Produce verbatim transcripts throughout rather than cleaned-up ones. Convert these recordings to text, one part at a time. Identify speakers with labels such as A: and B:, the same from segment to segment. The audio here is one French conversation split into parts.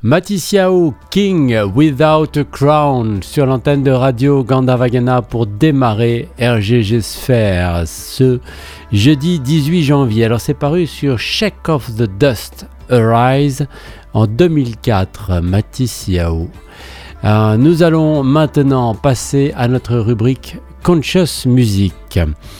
A: Matisiao King Without a Crown sur l'antenne de radio Gandavagana pour démarrer R G G Sphere ce jeudi dix-huit janvier. Alors c'est paru sur Shake Off the Dust Arise en deux mille quatre, Matisiao. Euh, nous allons maintenant passer à notre rubrique Conscious Music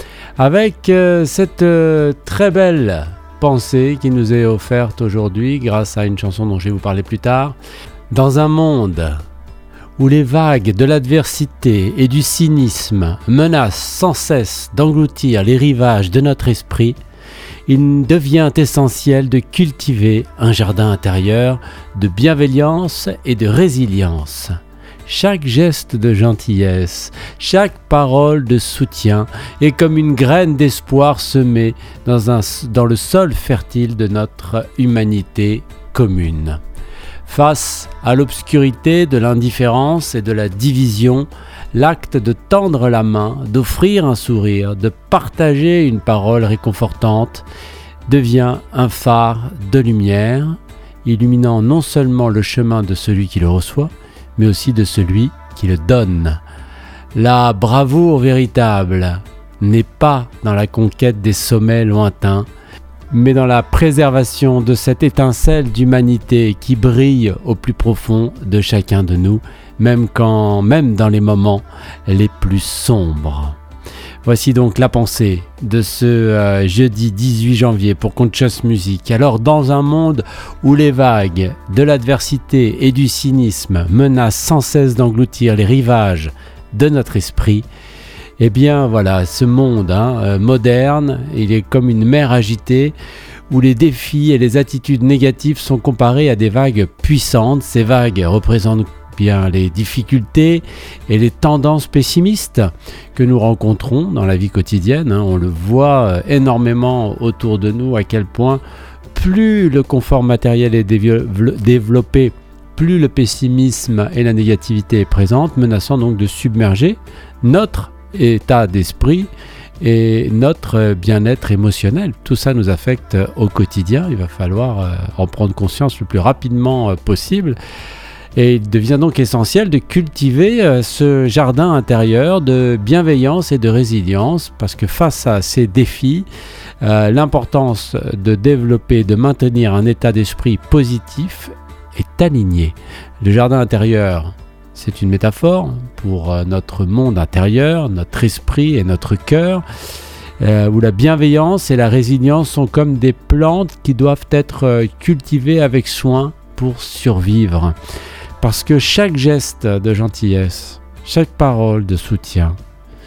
A: avec euh, cette euh, très belle pensée qui nous est offerte aujourd'hui grâce à une chanson dont je vais vous parler plus tard. Dans un monde où les vagues de l'adversité et du cynisme menacent sans cesse d'engloutir les rivages de notre esprit, il devient essentiel de cultiver un jardin intérieur de bienveillance et de résilience. Chaque geste de gentillesse, chaque parole de soutien est comme une graine d'espoir semée dans, un, dans le sol fertile de notre humanité commune. Face à l'obscurité de l'indifférence et de la division, l'acte de tendre la main, d'offrir un sourire, de partager une parole réconfortante devient un phare de lumière, illuminant non seulement le chemin de celui qui le reçoit, mais aussi de celui qui le donne. La bravoure véritable n'est pas dans la conquête des sommets lointains, mais dans la préservation de cette étincelle d'humanité qui brille au plus profond de chacun de nous, même quand, même dans les moments les plus sombres. Voici donc la pensée de ce euh, jeudi dix-huit janvier pour Conscious Music. Alors, dans un monde où les vagues de l'adversité et du cynisme menacent sans cesse d'engloutir les rivages de notre esprit, eh bien voilà, ce monde hein, euh, moderne, il est comme une mer agitée où les défis et les attitudes négatives sont comparés à des vagues puissantes. Ces vagues représentent bien les difficultés et les tendances pessimistes que nous rencontrons dans la vie quotidienne. Hein. On le voit énormément autour de nous, à quel point plus le confort matériel est développé, plus le pessimisme et la négativité est présente, menaçant donc de submerger notre état d'esprit et notre bien-être émotionnel. Tout ça nous affecte au quotidien. Il va falloir en prendre conscience le plus rapidement possible. Et il devient donc essentiel de cultiver euh, ce jardin intérieur de bienveillance et de résilience, parce que face à ces défis, euh, l'importance de développer, de maintenir un état d'esprit positif est alignée. Le jardin intérieur, c'est une métaphore pour euh, notre monde intérieur, notre esprit et notre cœur, euh, où la bienveillance et la résilience sont comme des plantes qui doivent être euh, cultivées avec soin pour survivre. Parce que chaque geste de gentillesse, chaque parole de soutien,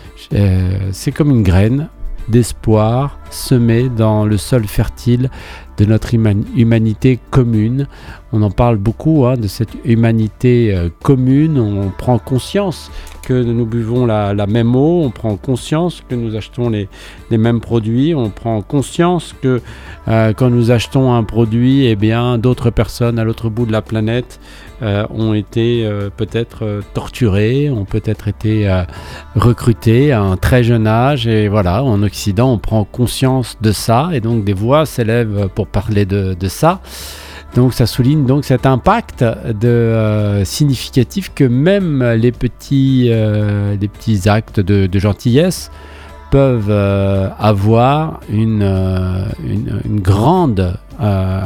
A: euh, c'est comme une graine d'espoir semée dans le sol fertile de notre huma- humanité commune. On en parle beaucoup hein, de cette humanité euh, commune. On prend conscience que nous buvons la, la même eau, on prend conscience que nous achetons les, les mêmes produits, on prend conscience que euh, quand nous achetons un produit, eh bien, d'autres personnes à l'autre bout de la planète euh, ont été euh, peut-être euh, torturées, ont peut-être été euh, recrutées à un très jeune âge. Et voilà, en Occident, on prend conscience de ça et donc des voix s'élèvent pour parler de, de ça. Donc ça souligne donc cet impact de, euh, significatif que même les petits, euh, les petits actes de, de gentillesse peuvent euh, avoir une, euh, une, une grande, euh,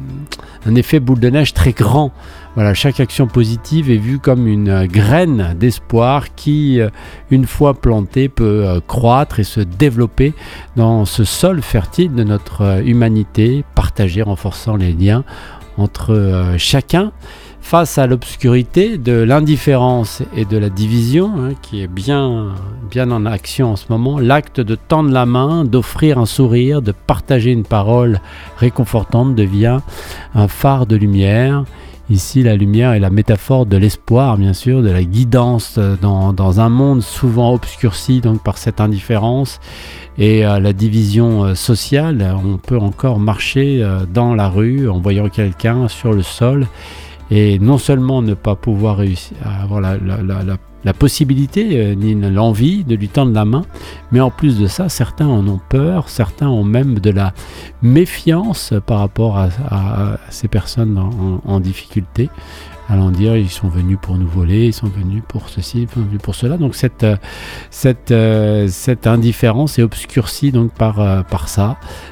A: un effet boule de neige très grand. Voilà, chaque action positive est vue comme une graine d'espoir qui, une fois plantée, peut euh, croître et se développer dans ce sol fertile de notre humanité, partagée, renforçant les liens entre euh, chacun. Face à l'obscurité de l'indifférence et de la division, hein, qui est bien, bien en action en ce moment, l'acte de tendre la main, d'offrir un sourire, de partager une parole réconfortante devient un phare de lumière. Ici, la lumière est la métaphore de l'espoir, bien sûr, de la guidance dans, dans un monde souvent obscurci donc, par cette indifférence et euh, la division euh, sociale. On peut encore marcher euh, dans la rue en voyant quelqu'un sur le sol et non seulement ne pas pouvoir réussir à avoir la, la, la, la la possibilité euh, ni l'envie de lui tendre la main, mais en plus de ça, certains en ont peur, certains ont même de la méfiance par rapport à, à, à ces personnes en, en, en difficulté, allant dire ils sont venus pour nous voler, ils sont venus pour ceci, ils sont venus pour cela. Donc cette, cette, cette indifférence est obscurcie donc par, par ça.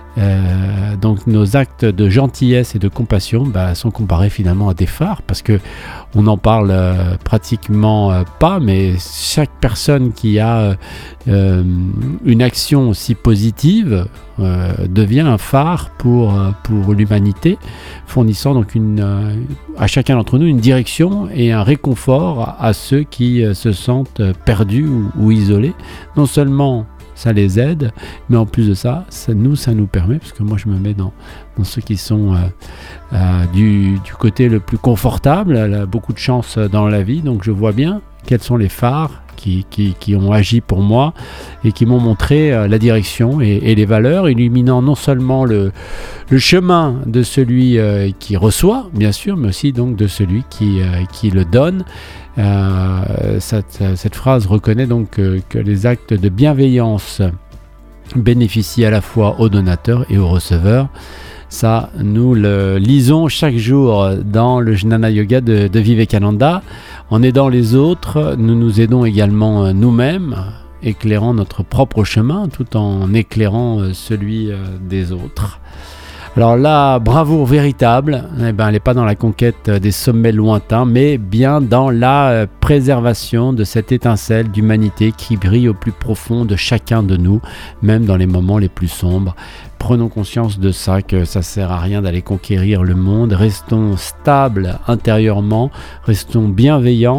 A: Euh, donc nos actes de gentillesse et de compassion bah, sont comparés finalement à des phares, parce que on n'en parle euh, pratiquement euh, pas, mais chaque personne qui a euh, une action aussi positive euh, devient un phare pour, euh, pour l'humanité, fournissant donc une, euh, à chacun d'entre nous une direction et un réconfort à, à ceux qui euh, se sentent perdus ou, ou isolés. Non seulement ça les aide, mais en plus de ça, ça nous, ça nous permet, parce que moi je me mets dans, dans ceux qui sont euh, euh, du, du côté le plus confortable, elle a beaucoup de chance dans la vie, donc je vois bien quels sont les phares qui, qui, qui ont agi pour moi et qui m'ont montré euh, la direction et, et les valeurs, illuminant non seulement le, le chemin de celui euh, qui reçoit, bien sûr, mais aussi donc de celui qui, euh, qui le donne. Euh, cette, cette phrase reconnaît donc que, que les actes de bienveillance bénéficient à la fois aux donateurs et aux receveurs. Ça, nous le lisons chaque jour dans le Jnana Yoga de, de Vivekananda. En aidant les autres, nous nous aidons également nous-mêmes, éclairant notre propre chemin tout en éclairant celui des autres. Alors la bravoure véritable, eh ben, elle n'est pas dans la conquête des sommets lointains, mais bien dans la préservation de cette étincelle d'humanité qui brille au plus profond de chacun de nous, même dans les moments les plus sombres. Prenons conscience de ça, que ça ne sert à rien d'aller conquérir le monde. Restons stables intérieurement, restons bienveillants.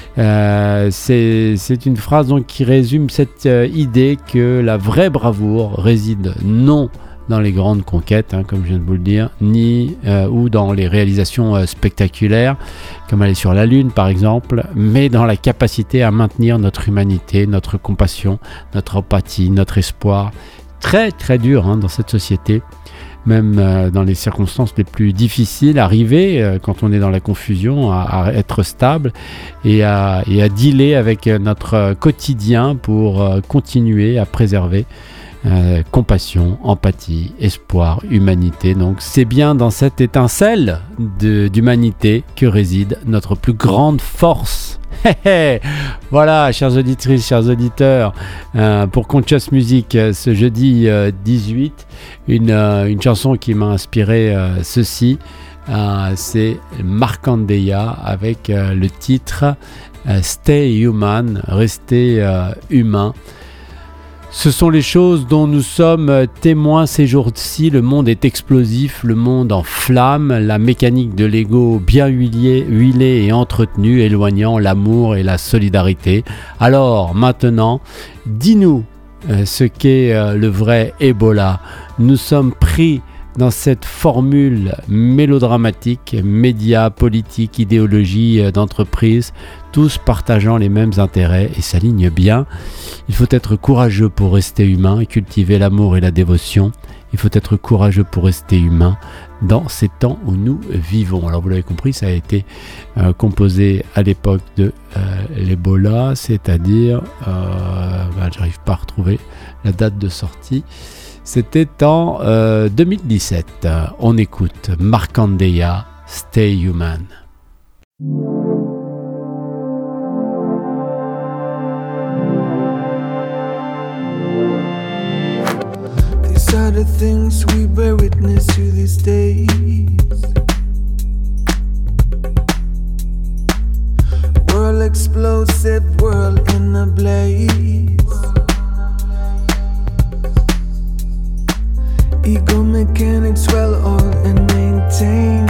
A: Euh, c'est, c'est une phrase donc, qui résume cette euh, idée que la vraie bravoure réside non dans les grandes conquêtes, hein, comme je viens de vous le dire, ni euh, ou dans les réalisations euh, spectaculaires, comme aller sur la Lune par exemple, mais dans la capacité à maintenir notre humanité, notre compassion, notre empathie, notre espoir. Très très dur hein, dans cette société, même euh, dans les circonstances les plus difficiles, arriver, euh, quand on est dans la confusion, à, à être stable et à, et à dealer avec notre quotidien pour euh, continuer à préserver Euh, compassion, empathie, espoir, humanité. Donc c'est bien dans cette étincelle de, d'humanité que réside notre plus grande force. Voilà, chères auditrices, chers auditeurs, euh, pour Conscious Music, ce jeudi euh, dix-huit, une, euh, une chanson qui m'a inspiré euh, ceci, euh, c'est Markandeya avec euh, le titre euh, Stay Human, rester euh, humain. Ce sont les choses dont nous sommes témoins ces jours-ci. Le monde est explosif, le monde en flammes, la mécanique de l'ego bien huilée, huilée et entretenue, éloignant l'amour et la solidarité. Alors, maintenant, dis-nous euh, ce qu'est euh, le vrai Ebola. Nous sommes pris dans cette formule mélodramatique, médias, politique, idéologie euh, d'entreprise, tous partageant les mêmes intérêts et s'alignent bien. Il faut être courageux pour rester humain et cultiver l'amour et la dévotion. Il faut être courageux pour rester humain dans ces temps où nous vivons. Alors vous l'avez compris, ça a été euh, composé à l'époque de euh, l'Ebola, c'est-à-dire, euh, ben, j'arrive pas à retrouver la date de sortie. C'était en euh, deux mille dix-sept. On écoute Markandeya, Stay Human.
B: These are the things we bear witness to these days. World explosive, world in a blaze. Ego mechanics well oiled and maintained.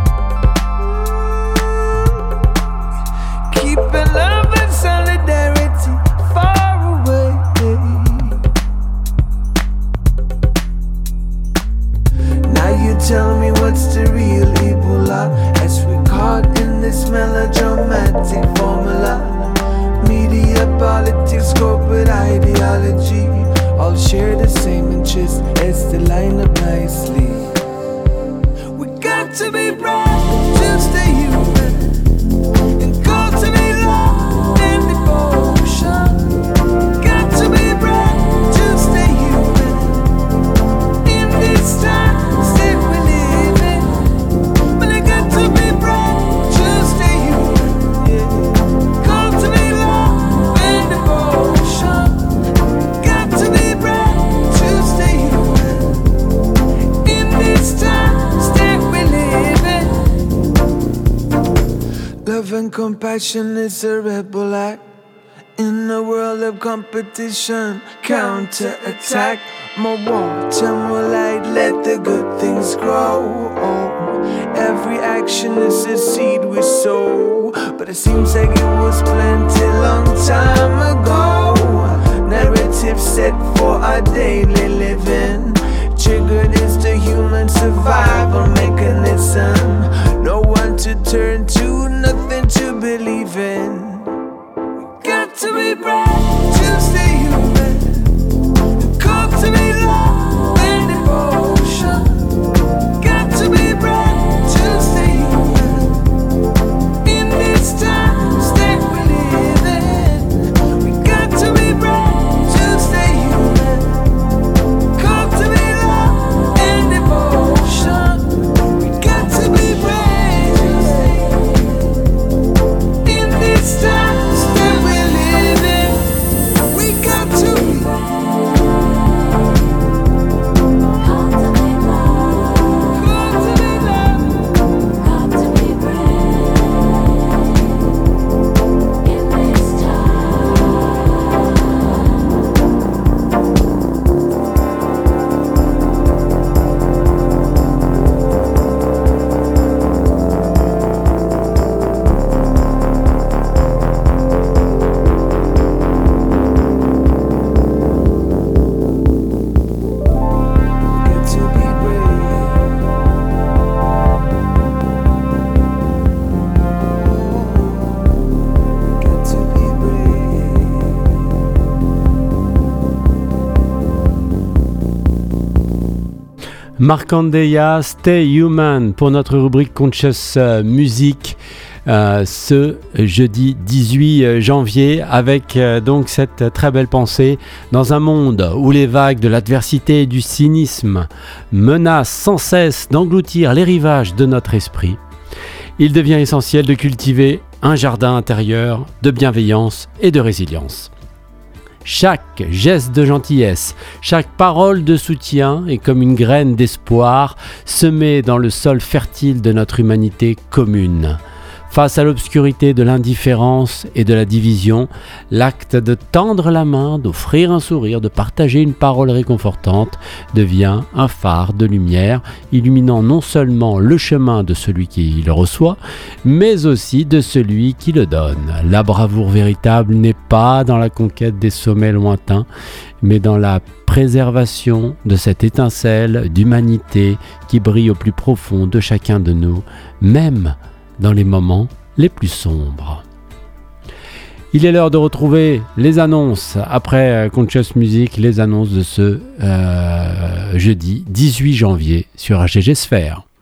B: Keeping love and solidarity far away. Now you tell me what's the real Ebola, as we caught in this melodramatic formula. Media, politics, corporate ideology all share the same interests as they line up nicely. love and compassion is a rebel act. In a world of competition, counter-attack. More water, more light, let the good things grow. Oh, every action is a seed we sow, but it seems like it was planted long time ago. Narrative set for our daily living. Triggered is the human survival mechanism. No one to turn to, nothing to believe in. Got to be brave to stay human. Called to be love and devotion. Got to be brave to stay human. In these times that we live in, we got to be brave to stay human. Called to be love and devotion. We got to be brave to stay human. In these times.
A: Markandeya, Stay Human pour notre rubrique Conscious Music euh, ce jeudi dix-huit janvier avec euh, donc cette très belle pensée dans un monde où les vagues de l'adversité et du cynisme menacent sans cesse d'engloutir les rivages de notre esprit. Il devient essentiel de cultiver un jardin intérieur de bienveillance et de résilience. Chaque geste de gentillesse, chaque parole de soutien est comme une graine d'espoir semée dans le sol fertile de notre humanité commune. Face à l'obscurité de l'indifférence et de la division, l'acte de tendre la main, d'offrir un sourire, de partager une parole réconfortante devient un phare de lumière, illuminant non seulement le chemin de celui qui le reçoit, mais aussi de celui qui le donne. La bravoure véritable n'est pas dans la conquête des sommets lointains, mais dans la préservation de cette étincelle d'humanité qui brille au plus profond de chacun de nous, même dans les moments les plus sombres. Il est l'heure de retrouver les annonces après Conscious Music, les annonces de ce euh, jeudi dix-huit janvier sur H G G Sphère.